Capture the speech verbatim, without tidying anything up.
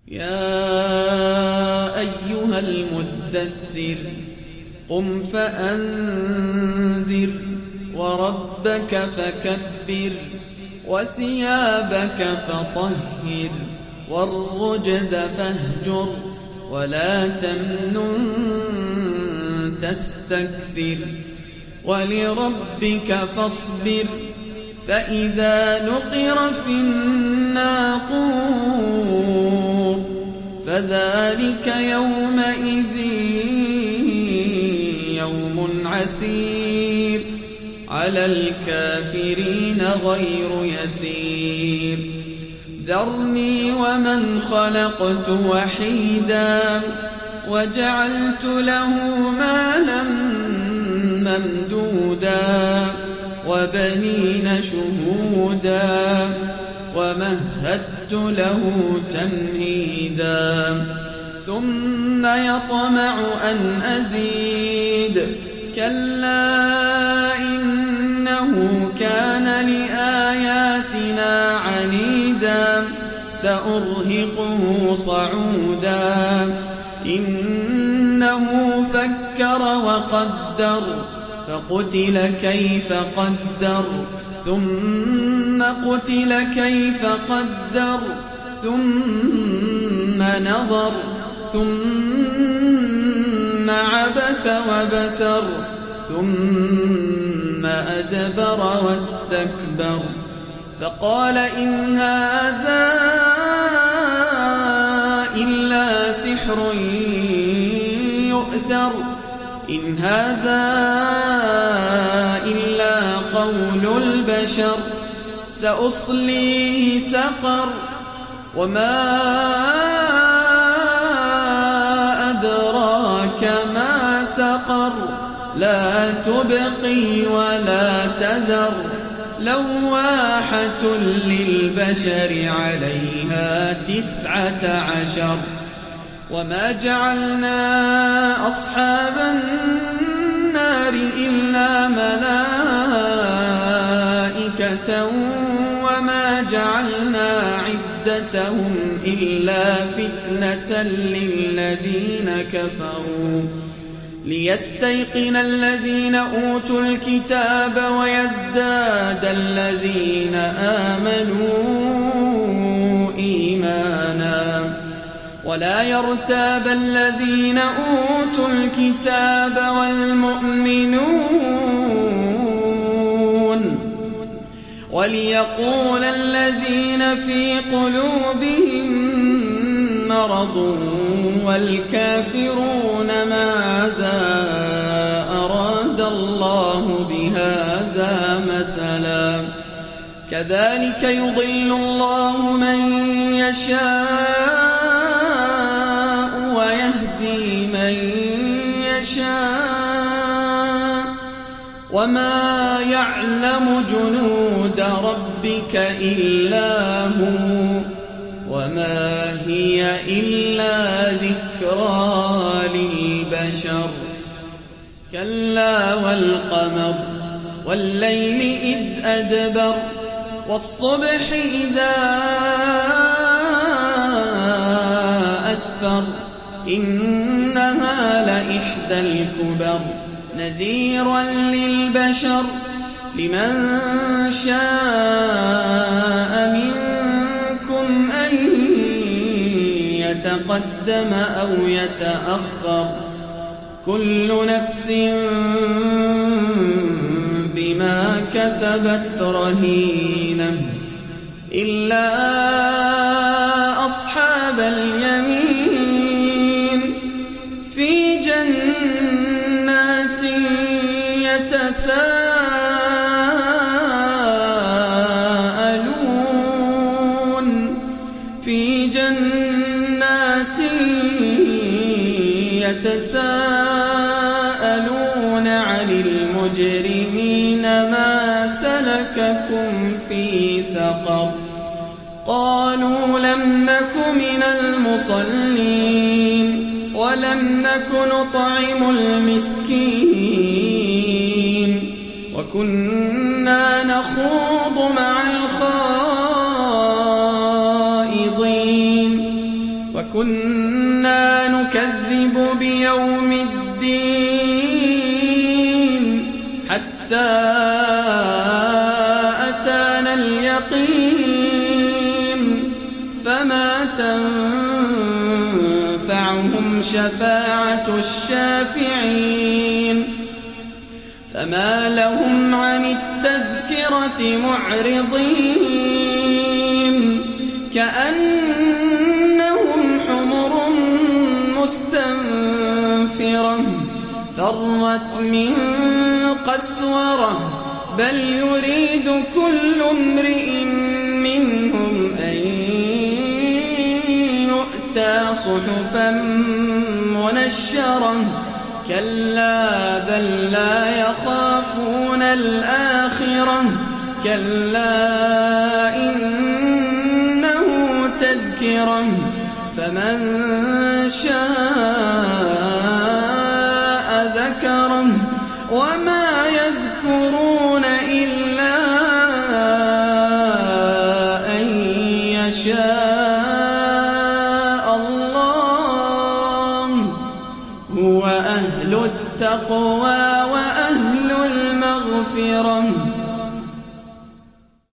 يا أيها المدثر قم فأنذر وربك فكبر وثيابك فطهر والرجز فاهجر ولا تمنن تستكثر ولربك فاصبر فإذا نقر في الناقور فذلك يومئذ يوم عسير على الكافرين غير يسير ذرني ومن خلقت وحيدا وجعلت له مالا ممدودا وبنين شهودا ومهدت له تمهيدا ثم يطمع أن أزيد كلا إنه كان لآياتنا عنيدا سأرهقه صعودا إنه فكر وقدر فقتل كيف قدر ثم قتل كيف قدر ثم نظر ثم عبس وبسر ثم أدبر واستكبر فقال إن هذا إلا سحر يؤثر إن هذا إلا قول البشر سأصليه سقر وما أدراك ما سقر لا تبقي ولا تذر لواحة للبشر عليها تسعة عشر وما جعلنا أصحاب النار إلا ملائكة وما جعلنا عدتهم إلا فتنة للذين كفروا ليستيقن الذين أوتوا الكتاب ويزداد الذين آمنوا إيمانا ولا يرتاب الذين أوتوا الكتاب والمؤمنون وليقول الذين في قلوبهم مرض والكافرون ماذا أراد الله بهذا مثلا كذلك يضل الله من يشاء ويهدي من يشاء وما يعلم جنود ربك إلا هو وما هي إلا ذكرى للبشر كلا والقمر والليل إذ أدبر والصبح إذا أسفر إنها لإحدى الكبر نذيرا للبشر لمن شاء منكم أن يتقدم أو يتأخر كل نفس بما كسبت رهينة إلا أصحاب اليمين في جنات يتساءلون في جنات يتساءلون عن المجرمين ما سلككم في سقر قالوا لم نك من المصلين ولم نك نطعم المسكين وكنا نخوض مع الخائضين وكنا نكذب بيوم الدين حتى أتانا اليقين فما تنفعهم شفاعة الشافعين فما لهم عن التذكرة معرضين كأنهم حمر مستنفرة فرت من قسورة بل يريد كل امرئ منهم أن يؤتى صحفا منشرة كلا بل لا يخافون الآخرة كلا إنه تذكرة فمن شاء ذكره وما يذكرون إلا أن يشاء الله هو أهل التقوى وأهل المغفرة